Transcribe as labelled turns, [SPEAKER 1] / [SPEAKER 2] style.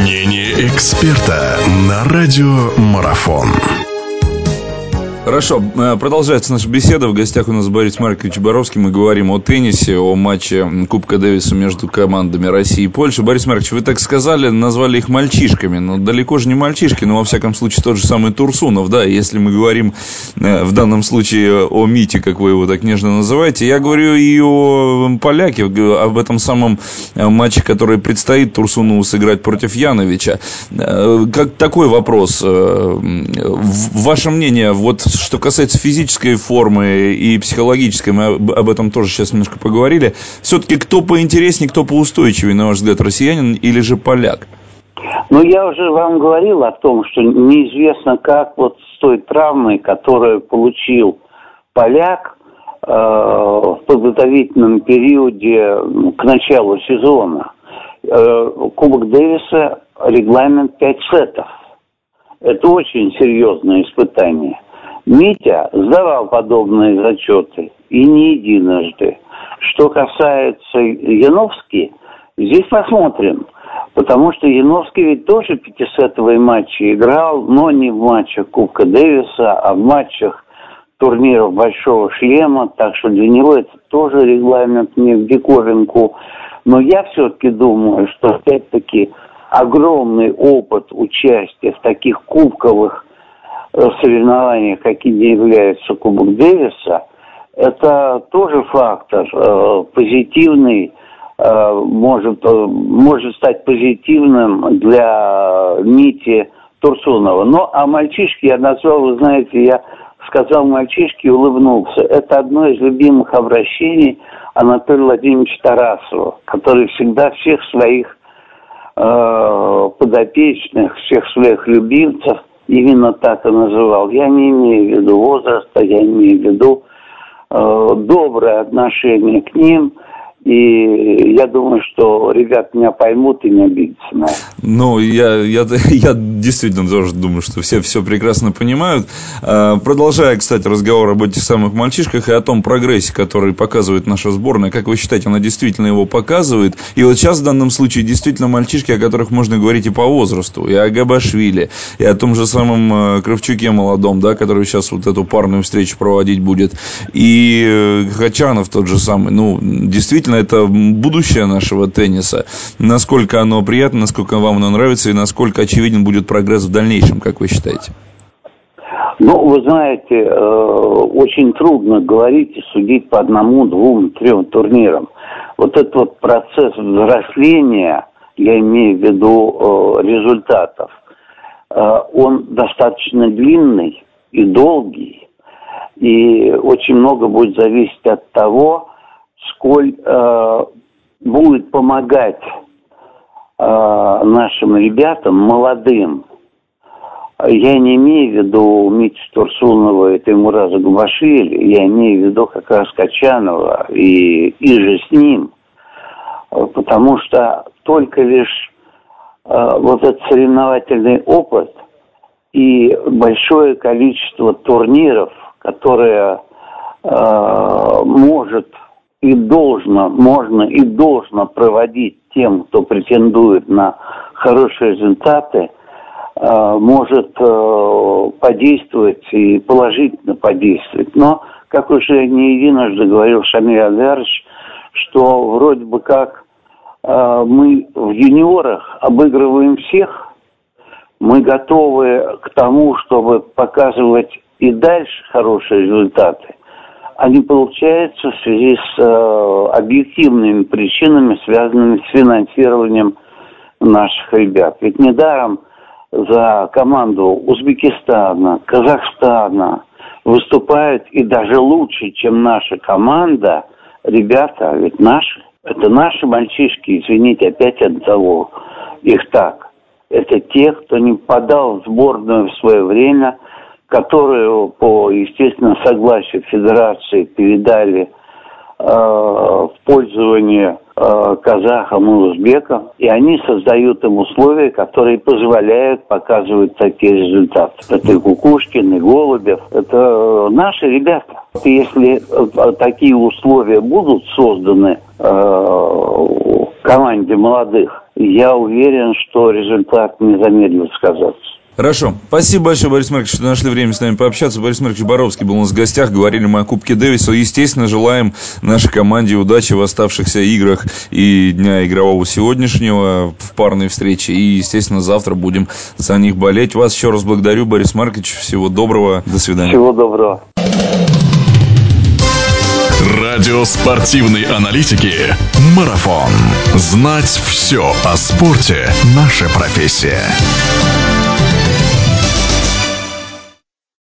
[SPEAKER 1] Мнение эксперта на радио Марафон.
[SPEAKER 2] Хорошо, продолжается наша беседа. В гостях у нас Борис Маркович Боровский. Мы говорим о теннисе, о матче Кубка Дэвиса между командами России и Польши. Борис Маркович, вы так сказали, назвали их мальчишками. Но далеко же не мальчишки, но во всяком случае тот же самый Турсунов. Да, если мы говорим в данном случае о Мите, как вы его так нежно называете, я говорю и о поляке, об этом самом матче, который предстоит Турсунову сыграть против Яновича. Как такой вопрос. Ваше мнение, вот что касается физической формы и психологической, мы об этом тоже сейчас немножко поговорили. Все-таки кто поинтереснее, кто поустойчивее, на ваш взгляд, россиянин или же поляк?
[SPEAKER 3] Ну, я уже вам говорил о том, что неизвестно, как вот с той травмой, которую получил поляк в подготовительном периоде к началу сезона. Кубок Дэвиса, регламент 5 сетов. Это очень серьезное испытание. Митя сдавал подобные зачеты, и не единожды. Что касается Яновски, здесь посмотрим. Потому что Яновский ведь тоже пятисетовые матчи играл, но не в матчах Кубка Дэвиса, а в матчах турниров Большого Шлема. Так что для него это тоже регламент не в диковинку. Но я все-таки думаю, что опять-таки огромный опыт участия в таких кубковых соревнованиях, какими является Кубок Дэвиса, это тоже фактор позитивный, может стать позитивным для Мити Турсунова. Ну, а мальчишки я назвал, вы знаете, я сказал мальчишки и улыбнулся. Это одно из любимых обращений Анатолия Владимировича Тарасова, который всегда всех своих подопечных, всех своих любимцев именно так и называл. Я не имею в виду возраста, я имею в виду доброе отношение к ним. И я думаю, что ребят меня поймут и не обидятся на это.
[SPEAKER 2] Ну, я действительно тоже думаю, что все прекрасно понимают. Продолжая, кстати, разговор об этих самых мальчишках и о том прогрессе, который показывает наша сборная. Как вы считаете, она действительно его показывает? И вот сейчас в данном случае действительно мальчишки, о которых можно говорить и по возрасту. И о Габашвили, и о том же самом Кравчуке молодом, да, который сейчас вот эту парную встречу проводить будет. И Хачанов тот же самый. Ну, действительно, это будущее нашего тенниса. Насколько оно приятно, насколько вам оно нравится и насколько очевиден будет прогресс в дальнейшем, как вы считаете?
[SPEAKER 3] Ну, вы знаете, очень трудно говорить и судить по 1, 2, 3 турнирам. Вот этот вот процесс взросления, я имею в виду результатов, он достаточно длинный и долгий, и очень много будет зависеть от того, сколь будет помогать нашим ребятам, молодым. Я не имею в виду Митю Турсунова и Теймураза Габашвили, я имею в виду как раз Качанова и же с ним. Потому что только лишь вот этот соревновательный опыт и большое количество турниров, которое можно и должно проводить тем, кто претендует на хорошие результаты, может подействовать и положительно подействовать. Но, как уже не единожды говорил Шамиль Агарович, что вроде бы как мы в юниорах обыгрываем всех, мы готовы к тому, чтобы показывать и дальше хорошие результаты, а не получается в связи с объективными причинами, связанными с финансированием наших ребят. Ведь недаром за команду Узбекистана, Казахстана выступают и даже лучше, чем наша команда, ребята, ведь наши. Это наши мальчишки, извините, опять отзову их так. Это те, кто не попадал в сборную в свое время, которую по, естественно, согласию Федерации передали в пользование казахам и узбекам, и они создают им условия, которые позволяют показывать такие результаты. Это и Кукушкин, и Голубев. Это наши ребята. Если такие условия будут созданы команде молодых, я уверен, что результат не замедлит сказаться.
[SPEAKER 2] Хорошо. Спасибо большое, Борис Маркович, что нашли время с нами пообщаться. Борис Маркович Боровский был у нас в гостях. Говорили мы о Кубке Дэвиса. Естественно, желаем нашей команде удачи в оставшихся играх и дня игрового сегодняшнего в парной встрече. И, естественно, завтра будем за них болеть. Вас еще раз благодарю, Борис Маркович. Всего доброго. До свидания.
[SPEAKER 3] Всего доброго.
[SPEAKER 1] Радио спортивной аналитики «Марафон». Знать все о спорте – наша профессия.